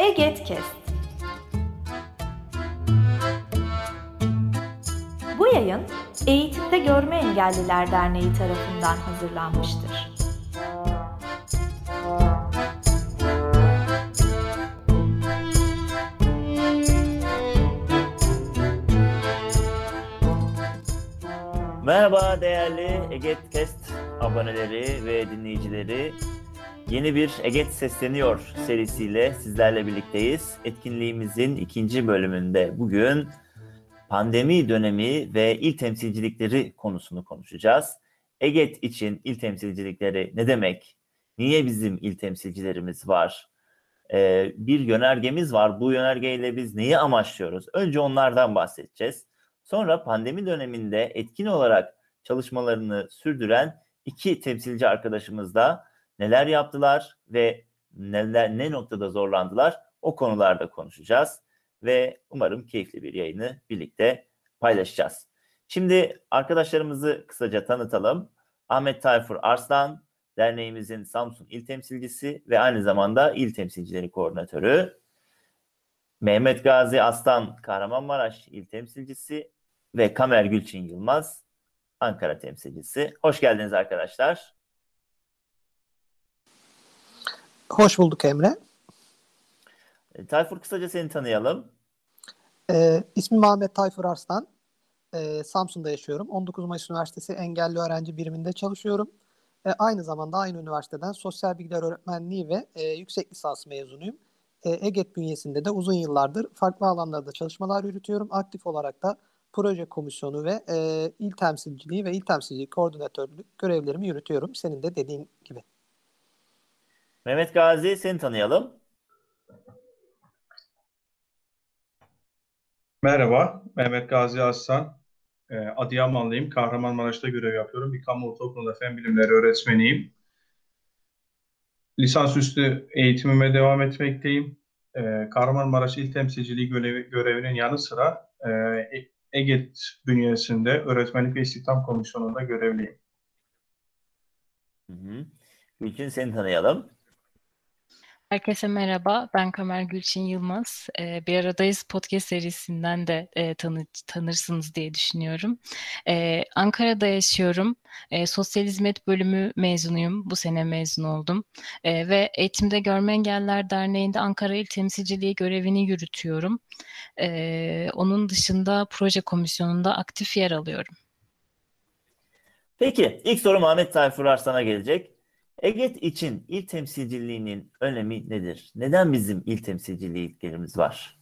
Egetkest. Bu yayın Eğitimde Görme Engelliler Derneği tarafından hazırlanmıştır. Merhaba değerli Egetkest aboneleri ve dinleyicileri. Yeni bir Eget Sesleniyor serisiyle sizlerle birlikteyiz. Etkinliğimizin ikinci bölümünde bugün pandemi dönemi ve il temsilcilikleri konusunu konuşacağız. Eget için il temsilcilikleri ne demek? Niye bizim il temsilcilerimiz var? Bir yönergemiz var. Bu yönergeyle biz neyi amaçlıyoruz? Önce onlardan bahsedeceğiz. Sonra pandemi döneminde etkin olarak çalışmalarını sürdüren iki temsilci arkadaşımız da neler yaptılar ve ne noktada zorlandılar, o konularda konuşacağız. Ve umarım keyifli bir yayını birlikte paylaşacağız. Şimdi arkadaşlarımızı kısaca tanıtalım. Ahmet Tayfur Arslan, derneğimizin Samsun İl Temsilcisi ve aynı zamanda İl Temsilcileri Koordinatörü. Mehmet Gazi Aslan, Kahramanmaraş İl Temsilcisi ve Kamer Gülçin Yılmaz, Ankara Temsilcisi. Hoş geldiniz arkadaşlar. Hoş bulduk Emre. Tayfur, kısaca seni tanıyalım. İsmim Ahmet Tayfur Arslan. Samsun'da yaşıyorum. 19 Mayıs Üniversitesi Engelli Öğrenci Biriminde çalışıyorum. Aynı zamanda aynı üniversiteden Sosyal Bilgiler Öğretmenliği ve yüksek lisans mezunuyum. Eget bünyesinde de uzun yıllardır farklı alanlarda çalışmalar yürütüyorum. Aktif olarak da proje komisyonu ve il temsilciliği ve il temsilciliği koordinatörlük görevlerimi yürütüyorum. Senin de dediğin gibi. Mehmet Gazi, seni tanıyalım. Merhaba, Mehmet Gazi Aslan. Adıyamanlıyım. Kahramanmaraş'ta görev yapıyorum. Bir kamu ortaokulunda fen bilimleri öğretmeniyim. Lisansüstü eğitimime devam etmekteyim. Kahramanmaraş İl Temsilciliği görevinin yanı sıra Eget bünyesinde Öğretmenlik ve İstihdam Komisyonu'nda görevliyim. Gülçin, seni tanıyalım. Herkese merhaba, ben Kamer Gülçin Yılmaz. Bir Aradayız podcast serisinden de tanırsınız diye düşünüyorum. Ankara'da yaşıyorum. Sosyal Hizmet Bölümü mezunuyum. Bu sene mezun oldum. Ve Eğitimde Görme Engelliler Derneği'nde Ankara İl Temsilciliği görevini yürütüyorum. Onun dışında proje komisyonunda aktif yer alıyorum. Peki, ilk sorum Ahmet Tayfur Arslan'a gelecek. Eget için il temsilciliğinin önemi nedir? Neden bizim il temsilciliklerimiz var?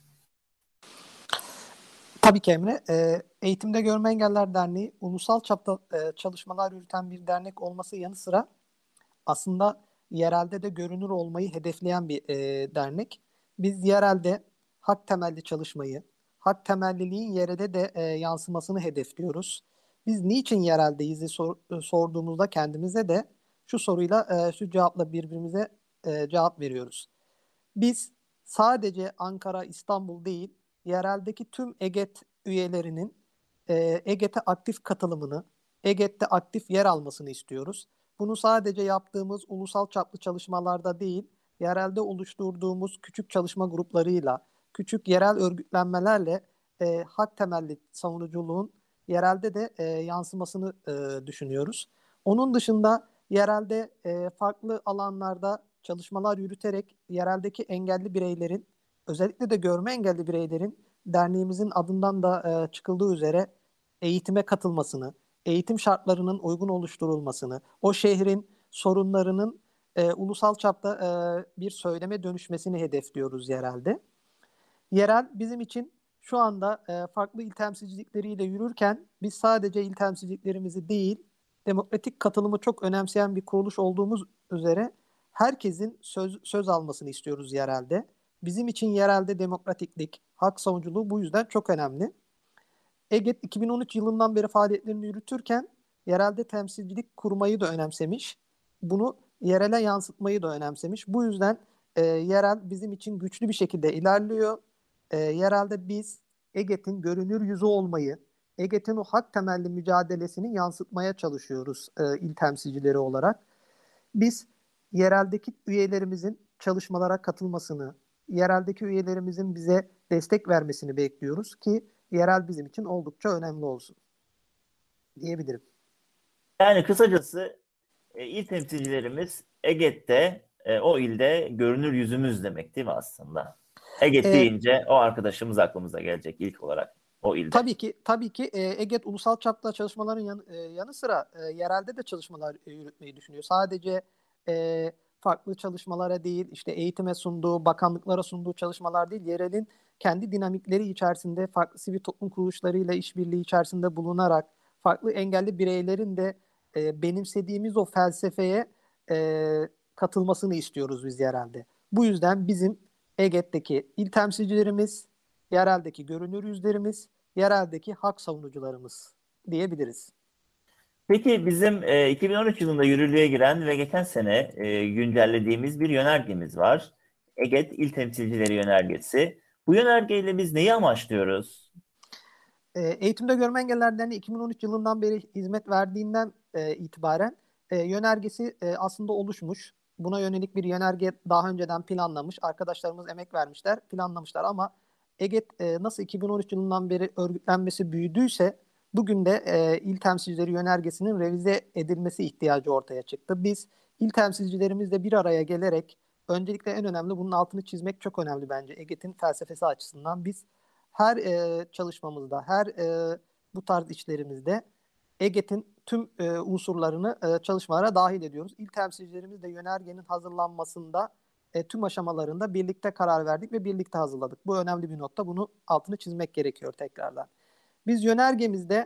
Tabii ki Emre. Eğitimde Görme Engelliler Derneği ulusal çapta çalışmalar yürüten bir dernek olması yanı sıra aslında yerelde de görünür olmayı hedefleyen bir dernek. Biz yerelde hak temelli çalışmayı, hak temelliliğin yerelde de yansımasını hedefliyoruz. Biz niçin yereldeyiz sorduğumuzda kendimize de şu soruyla, şu cevapla birbirimize cevap veriyoruz. Biz sadece Ankara, İstanbul değil, yereldeki tüm Eget üyelerinin Eget'e aktif katılımını, Eget'te aktif yer almasını istiyoruz. Bunu sadece yaptığımız ulusal çaplı çalışmalarda değil, yerelde oluşturduğumuz küçük çalışma gruplarıyla, küçük yerel örgütlenmelerle hak temelli savunuculuğun yerelde de yansımasını düşünüyoruz. Onun dışında yerelde farklı alanlarda çalışmalar yürüterek yereldeki engelli bireylerin, özellikle de görme engelli bireylerin derneğimizin adından da çıkıldığı üzere eğitime katılmasını, eğitim şartlarının uygun oluşturulmasını, o şehrin sorunlarının ulusal çapta bir söyleme dönüşmesini hedefliyoruz yerelde. Yerel bizim için şu anda farklı il temsilcilikleriyle yürürken biz sadece il temsilciliklerimizi değil, demokratik katılımı çok önemseyen bir kuruluş olduğumuz üzere herkesin söz almasını istiyoruz yerelde. Bizim için yerelde demokratiklik, hak savunuculuğu bu yüzden çok önemli. Eget 2013 yılından beri faaliyetlerini yürütürken yerelde temsilcilik kurmayı da önemsemiş. Bunu yerele yansıtmayı da önemsemiş. Bu yüzden yerel bizim için güçlü bir şekilde ilerliyor. Yerelde biz Eget'in görünür yüzü olmayı, Eget'in o hak temelli mücadelesini yansıtmaya çalışıyoruz il temsilcileri olarak. Biz yereldeki üyelerimizin çalışmalara katılmasını, yereldeki üyelerimizin bize destek vermesini bekliyoruz ki yerel bizim için oldukça önemli olsun diyebilirim. Yani kısacası il temsilcilerimiz Eget'te, o ilde görünür yüzümüz demek değil mi aslında? Eget E, deyince o arkadaşımız aklımıza gelecek ilk olarak o ilde. tabii ki EGET ulusal çapta çalışmaların yanı sıra yerelde de çalışmalar yürütmeyi düşünüyor. Sadece e, farklı çalışmalara değil, işte eğitime sunduğu, bakanlıklara sunduğu çalışmalar değil, yerelin kendi dinamikleri içerisinde farklı sivil toplum kuruluşlarıyla işbirliği içerisinde bulunarak farklı engelli bireylerin de benimsediğimiz o felsefeye katılmasını istiyoruz biz yerelde. Bu yüzden bizim EGET'teki il temsilcilerimiz, yereldeki görünür yüzlerimiz, yereldeki hak savunucularımız diyebiliriz. Peki bizim 2013 yılında yürürlüğe giren ve geçen sene güncellediğimiz bir yönergemiz var. Eget İl Temsilcileri Yönergesi. Bu yönergeyle biz neyi amaçlıyoruz? Eğitimde Görme Engelliler Derneği 2013 yılından beri hizmet verdiğinden itibaren yönergesi aslında oluşmuş. Buna yönelik bir yönerge daha önceden planlamış. Arkadaşlarımız emek vermişler, planlamışlar ama EGET nasıl 2013 yılından beri örgütlenmesi büyüdüyse bugün de il temsilcileri yönergesinin revize edilmesi ihtiyacı ortaya çıktı. Biz il temsilcilerimizle bir araya gelerek öncelikle en önemli bunun altını çizmek çok önemli bence EGET'in felsefesi açısından. Biz her çalışmamızda, her bu tarz işlerimizde EGET'in tüm unsurlarını çalışmalara dahil ediyoruz. İl temsilcilerimiz de yönergenin hazırlanmasında tüm aşamalarında birlikte karar verdik ve birlikte hazırladık. Bu önemli bir nokta. Bunu altını çizmek gerekiyor tekrardan. Biz yönergemizde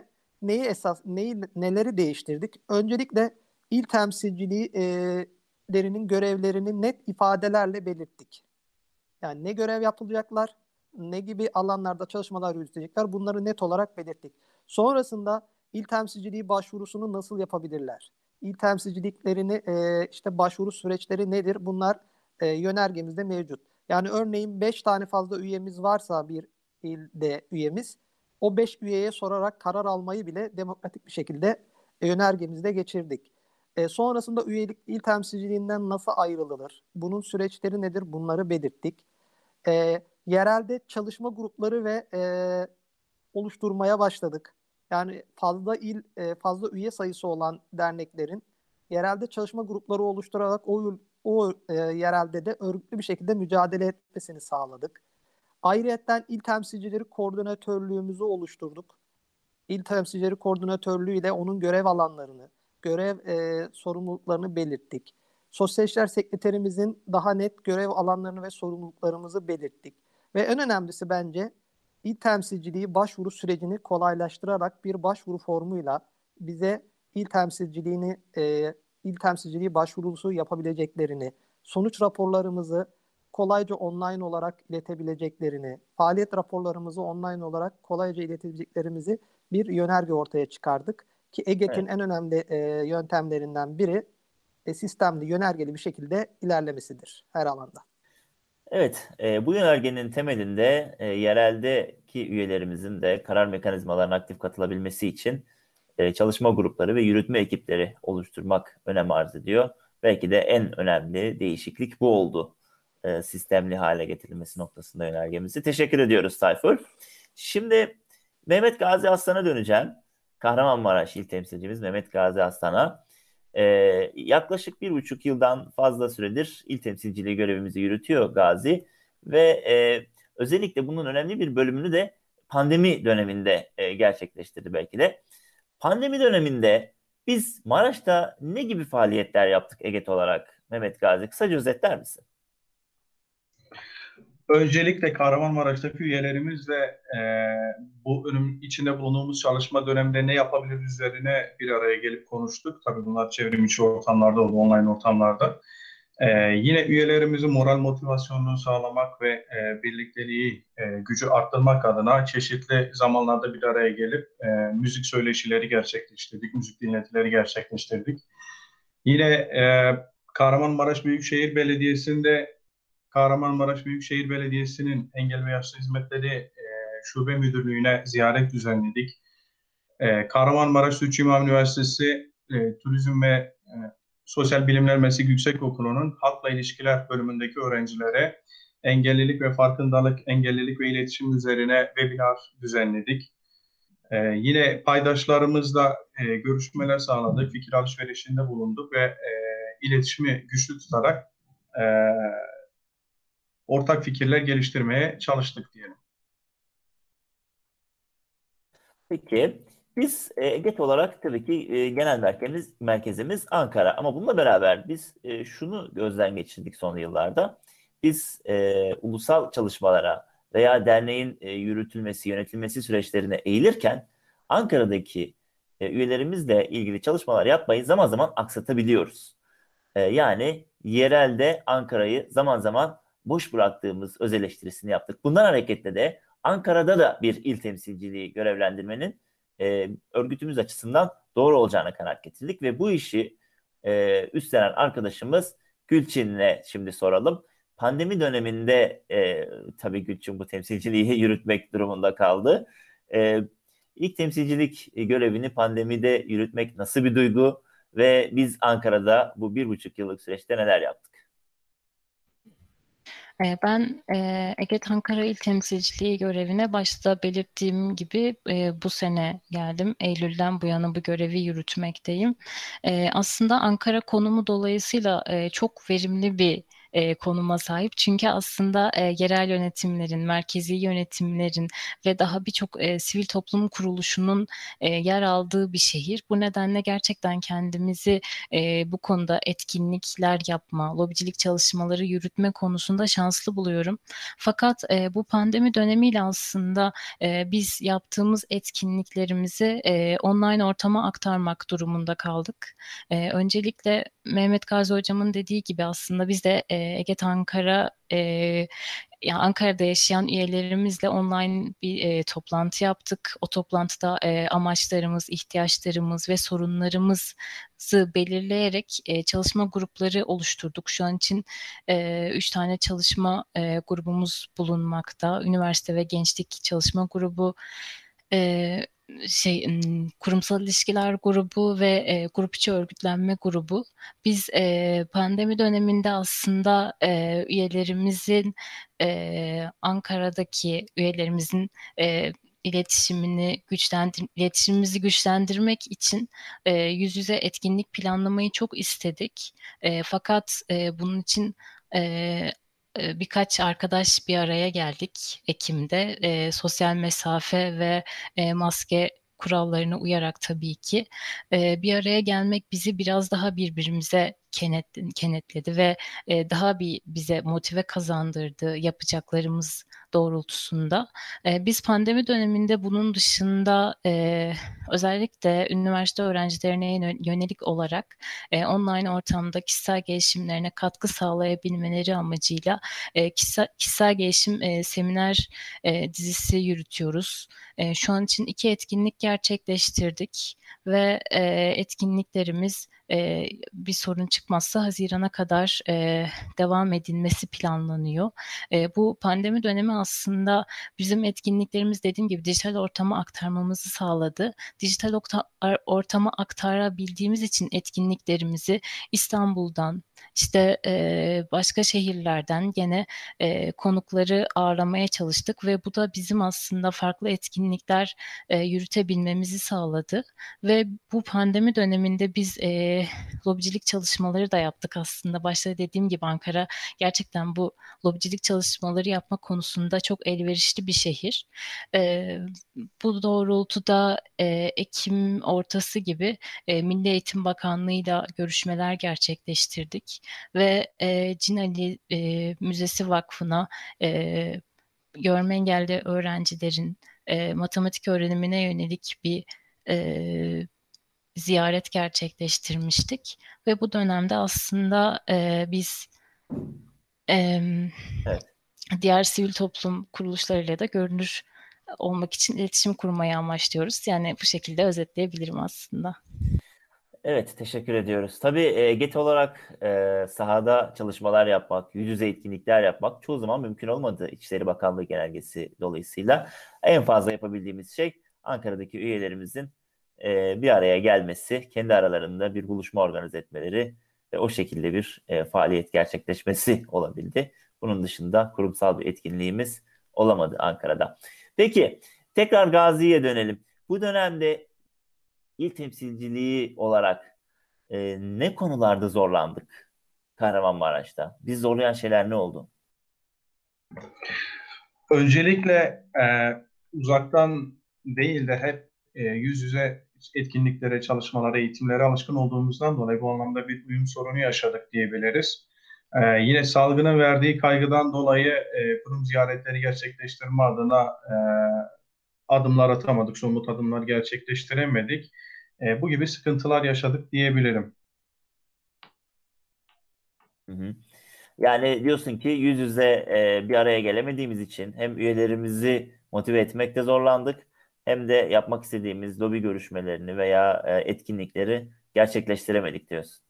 neleri değiştirdik? Öncelikle il temsilciliklerinin görevlerini net ifadelerle belirttik. Yani ne görev yapılacaklar, ne gibi alanlarda çalışmalar yürütecekler bunları net olarak belirttik. Sonrasında il temsilciliği başvurusunu nasıl yapabilirler? İl temsilciliklerini işte başvuru süreçleri nedir? Bunlar yönergemizde mevcut. Yani örneğin 5 tane fazla üyemiz varsa bir ilde üyemiz o 5 üyeye sorarak karar almayı bile demokratik bir şekilde yönergemizde geçirdik. Sonrasında üyelik il temsilciliğinden nasıl ayrılır? Bunun süreçleri nedir? Bunları belirttik. Yerelde çalışma grupları ve oluşturmaya başladık. Yani fazla üye sayısı olan derneklerin yerelde çalışma grupları oluşturarak o yerelde de örgütlü bir şekilde mücadele etmesini sağladık. Ayrıyeten il temsilcileri koordinatörlüğümüzü oluşturduk. İl temsilcileri koordinatörlüğü ile onun görev alanlarını, görev sorumluluklarını belirttik. Sosyal İşler Sekreterimizin daha net görev alanlarını ve sorumluluklarımızı belirttik. Ve en önemlisi bence il temsilciliği başvuru sürecini kolaylaştırarak bir başvuru formuyla bize il temsilciliği başvurusu yapabileceklerini, sonuç raporlarımızı kolayca online olarak iletebileceklerini, faaliyet raporlarımızı online olarak kolayca iletebileceklerimizi bir yönerge ortaya çıkardık. Ki EGET'in Evet. en önemli yöntemlerinden biri sistemli, yönergeli bir şekilde ilerlemesidir her alanda. Evet, bu yönergenin temelinde yereldeki üyelerimizin de karar mekanizmalarına aktif katılabilmesi için çalışma grupları ve yürütme ekipleri oluşturmak önem arz ediyor. Belki de en önemli değişiklik bu oldu. Sistemli hale getirilmesi noktasında yönergemizi. Teşekkür ediyoruz Tayfur. Şimdi Mehmet Gazi Aslan'a döneceğim. Kahramanmaraş İl Temsilcimiz Mehmet Gazi Aslan'a. Yaklaşık 1,5 yıldan fazla süredir il temsilciliği görevimizi yürütüyor Gazi ve özellikle bunun önemli bir bölümünü de pandemi döneminde gerçekleştirdi belki de. Pandemi döneminde biz Maraş'ta ne gibi faaliyetler yaptık EGET olarak Mehmet Gazi? Kısaca özetler misin? Öncelikle Kahramanmaraş'taki üyelerimizle bu içinde bulunduğumuz çalışma döneminde ne yapabiliriz üzerine bir araya gelip konuştuk. Tabii bunlar çevrim içi ortamlarda oldu, online ortamlarda. Yine üyelerimizin moral motivasyonunu sağlamak ve birlikteliği, gücü arttırmak adına çeşitli zamanlarda bir araya gelip müzik söyleşileri gerçekleştirdik, müzik dinletileri gerçekleştirdik. Yine Kahramanmaraş Büyükşehir Belediyesi'nin Engel ve Yaşlı Hizmetleri Şube Müdürlüğü'ne ziyaret düzenledik. Kahramanmaraş Sütçü İmam Üniversitesi Turizm ve Sosyal Bilimler Meslek Yüksekokulu'nun Halkla İlişkiler bölümündeki öğrencilere engellilik ve farkındalık, engellilik ve iletişim üzerine webinar düzenledik. Yine paydaşlarımızla görüşmeler sağladık, fikir alışverişinde bulunduk ve iletişimi güçlü tutarak e, ortak fikirler geliştirmeye çalıştık diyelim. Peki biz EGET olarak tabii ki genel merkezimiz Ankara, ama bununla beraber biz şunu gözden geçirdik son yıllarda. Biz ulusal çalışmalara veya derneğin yürütülmesi, yönetilmesi süreçlerine eğilirken Ankara'daki üyelerimizle ilgili çalışmalar yapmayı zaman zaman aksatabiliyoruz. Yani yerelde Ankara'yı zaman zaman boş bıraktığımız öz eleştirisini yaptık. Bundan hareketle de Ankara'da da bir il temsilciliği görevlendirmenin örgütümüz açısından doğru olacağına kanaat getirdik ve bu işi üstlenen arkadaşımız Gülçin'le şimdi soralım. Pandemi döneminde tabii Gülçin bu temsilciliği yürütmek durumunda kaldı. İlk temsilcilik görevini pandemide yürütmek nasıl bir duygu ve biz Ankara'da bu 1,5 yıllık süreçte neler yaptık? Ben EGET Ankara İl Temsilciliği görevine başta belirttiğim gibi bu sene geldim. Eylül'den bu yana bu görevi yürütmekteyim. Aslında Ankara konumu dolayısıyla çok verimli bir konuma sahip. Çünkü aslında yerel yönetimlerin, merkezi yönetimlerin ve daha birçok sivil toplum kuruluşunun yer aldığı bir şehir. Bu nedenle gerçekten kendimizi bu konuda etkinlikler yapma, lobicilik çalışmaları yürütme konusunda şanslı buluyorum. Fakat bu pandemi dönemiyle aslında biz yaptığımız etkinliklerimizi online ortama aktarmak durumunda kaldık. Öncelikle Mehmet Gazi Hocam'ın dediği gibi aslında biz de EGET Ankara yani Ankara'da yaşayan üyelerimizle online bir toplantı yaptık. O toplantıda amaçlarımız, ihtiyaçlarımız ve sorunlarımızı belirleyerek çalışma grupları oluşturduk. Şu an için 3 tane çalışma grubumuz bulunmakta. Üniversite ve Gençlik Çalışma Grubu, e, kurumsal ilişkiler grubu ve grup içi örgütlenme grubu. Biz pandemi döneminde aslında üyelerimizin Ankara'daki üyelerimizin iletişimimizi güçlendirmek için yüz yüze etkinlik planlamayı çok istedik. Fakat bunun için birkaç arkadaş bir araya geldik Ekim'de. Sosyal mesafe ve maske kurallarına uyarak tabii ki bir araya gelmek bizi biraz daha birbirimize kenetledi ve daha bir bize motive kazandırdı yapacaklarımız doğrultusunda. Biz pandemi döneminde bunun dışında özellikle üniversite öğrencilerine yönelik olarak online ortamda kişisel gelişimlerine katkı sağlayabilmeleri amacıyla kişisel gelişim seminer dizisi yürütüyoruz. Şu an için 2 etkinlik gerçekleştirdik ve etkinliklerimiz bir sorun çıkmazsa Haziran'a kadar devam edilmesi planlanıyor. Bu pandemi dönemi aslında bizim etkinliklerimiz dediğim gibi dijital ortama aktarmamızı sağladı. Dijital ortama aktarabildiğimiz için etkinliklerimizi İstanbul'dan, işte başka şehirlerden gene konukları ağırlamaya çalıştık ve bu da bizim aslında farklı etkinlikler yürütebilmemizi sağladı. Ve bu pandemi döneminde biz lobicilik çalışmaları da yaptık aslında. Başta dediğim gibi Ankara gerçekten bu lobicilik çalışmaları yapma konusunda çok elverişli bir şehir. Bu doğrultuda Ekim ortası gibi Milli Eğitim Bakanlığı'yla görüşmeler gerçekleştirdik ve Cinali Müzesi Vakfı'na görme engelli öğrencilerin matematik öğrenimine yönelik bir ziyaret gerçekleştirmiştik ve bu dönemde aslında biz Evet. diğer sivil toplum kuruluşlarıyla da görünür olmak için iletişim kurmayı amaçlıyoruz. Yani bu şekilde özetleyebilirim aslında. Evet, teşekkür ediyoruz. Tabii GET olarak sahada çalışmalar yapmak, yüz yüze etkinlikler yapmak çoğu zaman mümkün olmadı İçişleri Bakanlığı genelgesi dolayısıyla. En fazla yapabildiğimiz şey Ankara'daki üyelerimizin bir araya gelmesi, kendi aralarında bir buluşma organize etmeleri ve o şekilde bir faaliyet gerçekleşmesi olabildi. Bunun dışında kurumsal bir etkinliğimiz olamadı Ankara'da. Peki tekrar Gazi'ye dönelim. Bu dönemde il temsilciliği olarak ne konularda zorlandık Kahramanmaraş'ta? Biz zorlayan şeyler ne oldu? Öncelikle uzaktan değil de hep yüz yüze etkinliklere, çalışmalara, eğitimlere alışkın olduğumuzdan dolayı bu anlamda bir uyum sorunu yaşadık diyebiliriz. Yine salgının verdiği kaygıdan dolayı kurum ziyaretleri gerçekleştirme adına adımlar atamadık, somut adımlar gerçekleştiremedik. Bu gibi sıkıntılar yaşadık diyebilirim. Hı hı. Yani diyorsun ki yüz yüze bir araya gelemediğimiz için hem üyelerimizi motive etmekte zorlandık hem de yapmak istediğimiz lobi görüşmelerini veya etkinlikleri gerçekleştiremedik diyorsun.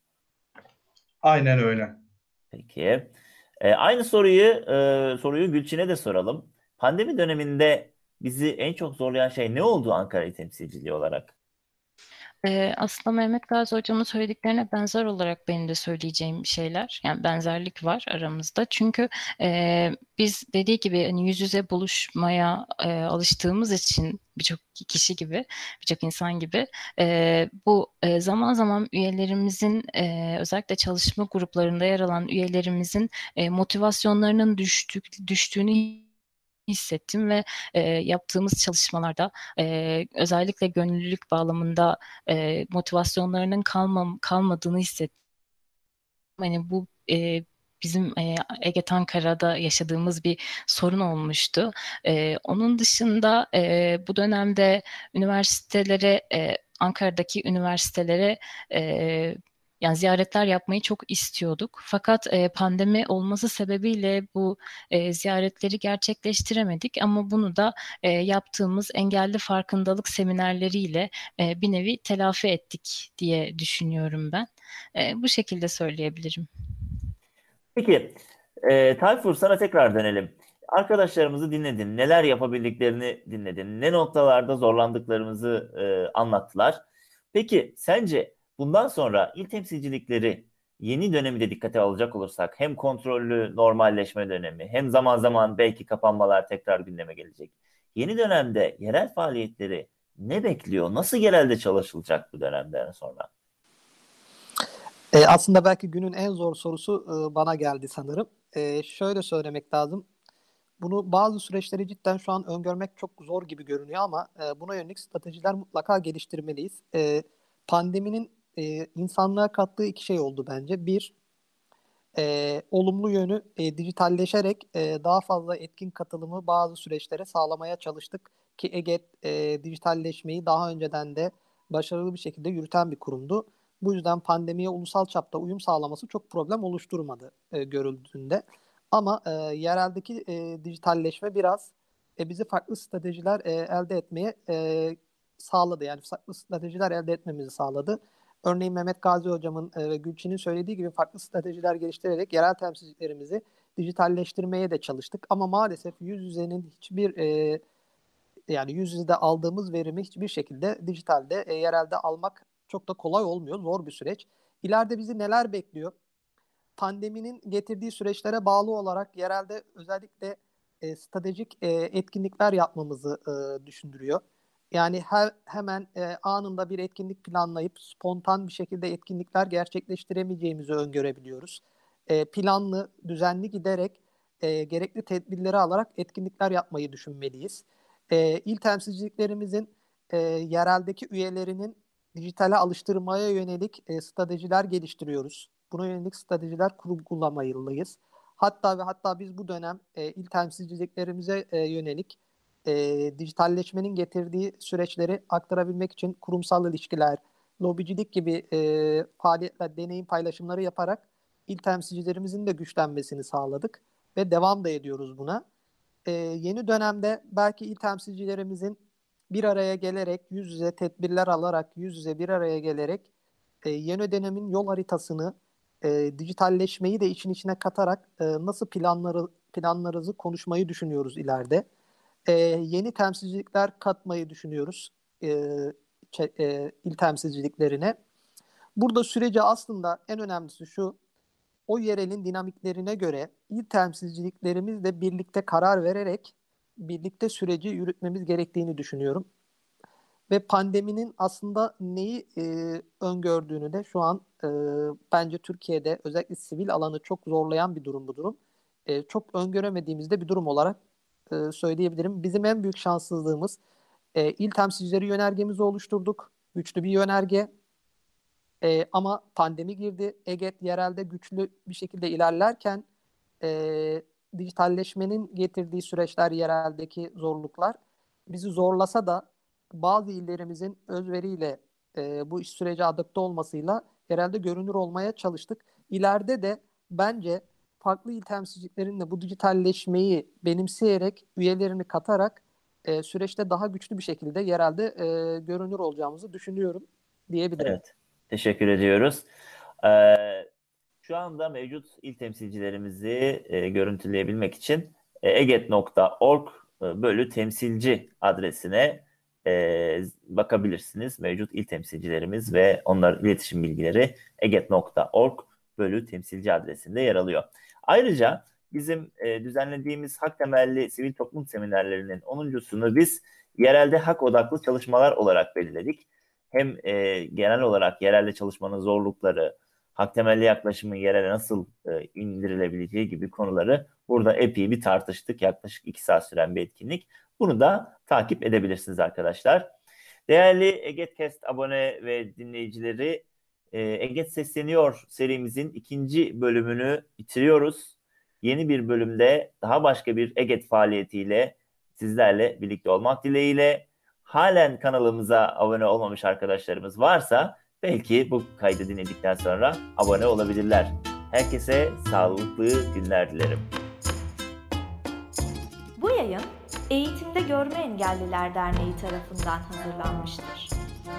Aynen öyle. Peki. Aynı soruyu Gülçin'e de soralım. Pandemi döneminde bizi en çok zorlayan şey ne oldu Ankara temsilciliği olarak? Aslında Mehmet Gazi Hocam'ın söylediklerine benzer olarak benim de söyleyeceğim şeyler, yani benzerlik var aramızda. Çünkü biz dediği gibi hani yüz yüze buluşmaya alıştığımız için birçok kişi gibi, birçok insan gibi bu zaman zaman üyelerimizin özellikle çalışma gruplarında yer alan üyelerimizin motivasyonlarının düştüğünü hissettim ve yaptığımız çalışmalarda özellikle gönüllülük bağlamında motivasyonlarının kalmadığını hissettim. Hani bu bizim Eget Ankara'da yaşadığımız bir sorun olmuştu. Onun dışında bu dönemde üniversitelere, Ankara'daki üniversitelere yani ziyaretler yapmayı çok istiyorduk. Fakat pandemi olması sebebiyle bu ziyaretleri gerçekleştiremedik. Ama bunu da yaptığımız engelli farkındalık seminerleriyle bir nevi telafi ettik diye düşünüyorum ben. Bu şekilde söyleyebilirim. Peki, Tayfur sana tekrar dönelim. Arkadaşlarımızı dinledin, neler yapabildiklerini dinledin, ne noktalarda zorlandıklarımızı anlattılar. Peki, sence bundan sonra il temsilcilikleri yeni dönemi de dikkate alacak olursak hem kontrollü normalleşme dönemi hem zaman zaman belki kapanmalar tekrar gündeme gelecek. Yeni dönemde yerel faaliyetleri ne bekliyor? Nasıl genelde çalışılacak bu dönemden sonra? Aslında belki günün en zor sorusu bana geldi sanırım. Şöyle söylemek lazım. Bunu bazı süreçleri cidden şu an öngörmek çok zor gibi görünüyor ama buna yönelik stratejiler mutlaka geliştirmeliyiz. Pandeminin insanlığa kattığı iki şey oldu bence. Bir, olumlu yönü dijitalleşerek daha fazla etkin katılımı bazı süreçlere sağlamaya çalıştık ki EGET dijitalleşmeyi daha önceden de başarılı bir şekilde yürüten bir kurumdu. Bu yüzden pandemiye ulusal çapta uyum sağlaması çok problem oluşturmadı görüldüğünde. Ama yereldeki dijitalleşme biraz bizi farklı stratejiler elde etmeye sağladı. Yani farklı stratejiler elde etmemizi sağladı. Örneğin Mehmet Gazi Hocam'ın ve Gülçin'in söylediği gibi farklı stratejiler geliştirerek yerel temsilcilerimizi dijitalleştirmeye de çalıştık. Ama maalesef yüz yüzenin hiçbir yani yüz yüzde aldığımız verimi hiçbir şekilde dijitalde, yerelde almak çok da kolay olmuyor. Zor bir süreç. İleride bizi neler bekliyor? Pandeminin getirdiği süreçlere bağlı olarak yerelde özellikle stratejik etkinlikler yapmamızı düşündürüyor. Yani hemen anında bir etkinlik planlayıp spontan bir şekilde etkinlikler gerçekleştiremeyeceğimizi öngörebiliyoruz. Planlı, düzenli giderek gerekli tedbirleri alarak etkinlikler yapmayı düşünmeliyiz. İl temsilciliklerimizin yereldeki üyelerinin dijitale alıştırmaya yönelik stratejiler geliştiriyoruz. Buna yönelik stratejiler kurgulamalıyız. Hatta biz bu dönem il temsilciliklerimize yönelik dijitalleşmenin getirdiği süreçleri aktarabilmek için kurumsal ilişkiler, lobicilik gibi faaliyetler, deneyim paylaşımları yaparak il temsilcilerimizin de güçlenmesini sağladık ve devam da ediyoruz buna. Yeni dönemde belki il temsilcilerimizin bir araya gelerek, yüz yüze tedbirler alarak, yüz yüze bir araya gelerek yeni dönemin yol haritasını, dijitalleşmeyi de işin içine katarak nasıl planlarımızı konuşmayı düşünüyoruz ileride. Yeni temsilcilikler katmayı düşünüyoruz il temsilciliklerine. Burada süreci aslında en önemlisi şu, o yerelin dinamiklerine göre il temsilciliklerimizle birlikte karar vererek birlikte süreci yürütmemiz gerektiğini düşünüyorum. Ve pandeminin aslında neyi öngördüğünü de şu an bence Türkiye'de özellikle sivil alanı çok zorlayan bir durum bu durum. Çok öngöremediğimizde bir durum olarak söyleyebilirim. Bizim en büyük şanssızlığımız il temsilcileri yönergemizi oluşturduk. Güçlü bir yönerge. Ama pandemi girdi. EGET yerelde güçlü bir şekilde ilerlerken dijitalleşmenin getirdiği süreçler, yereldeki zorluklar bizi zorlasa da bazı illerimizin özveriyle bu iş sürece adapte olmasıyla yerelde görünür olmaya çalıştık. İleride de bence farklı il temsilciliklerinde bu dijitalleşmeyi benimseyerek, üyelerini katarak süreçte daha güçlü bir şekilde yerelde görünür olacağımızı düşünüyorum diyebilirim. Evet, teşekkür ediyoruz. Şu anda mevcut il temsilcilerimizi görüntüleyebilmek için eget.org/temsilci adresine bakabilirsiniz. Mevcut il temsilcilerimiz ve onların iletişim bilgileri eget.org/temsilci adresinde yer alıyor. Ayrıca bizim düzenlediğimiz hak temelli sivil toplum seminerlerinin 10.sunu biz yerelde hak odaklı çalışmalar olarak belirledik. Hem genel olarak yerelde çalışmanın zorlukları, hak temelli yaklaşımın yerele nasıl indirilebileceği gibi konuları burada epey bir tartıştık. Yaklaşık 2 saat süren bir etkinlik. Bunu da takip edebilirsiniz arkadaşlar. Değerli EGETcast abone ve dinleyicileri, EGET Sesleniyor serimizin 2. bölümünü bitiriyoruz. Yeni bir bölümde daha başka bir EGET faaliyetiyle sizlerle birlikte olmak dileğiyle. Halen kanalımıza abone olmamış arkadaşlarımız varsa belki bu kaydı dinledikten sonra abone olabilirler. Herkese sağlıklı günler dilerim. Bu yayın Eğitimde Görme Engelliler Derneği tarafından hazırlanmıştır.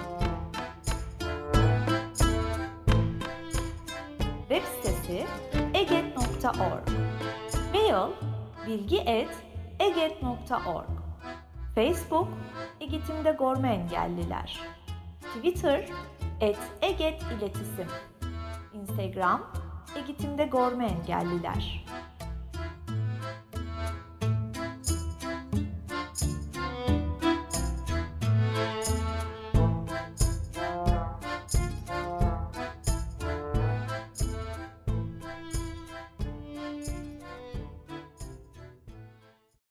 Web sitesi eget.org. Mail bilgi@eget.org. Facebook Eğitimde Görme Engelliler. Twitter @eget iletisim. Instagram Eğitimde Görme Engelliler.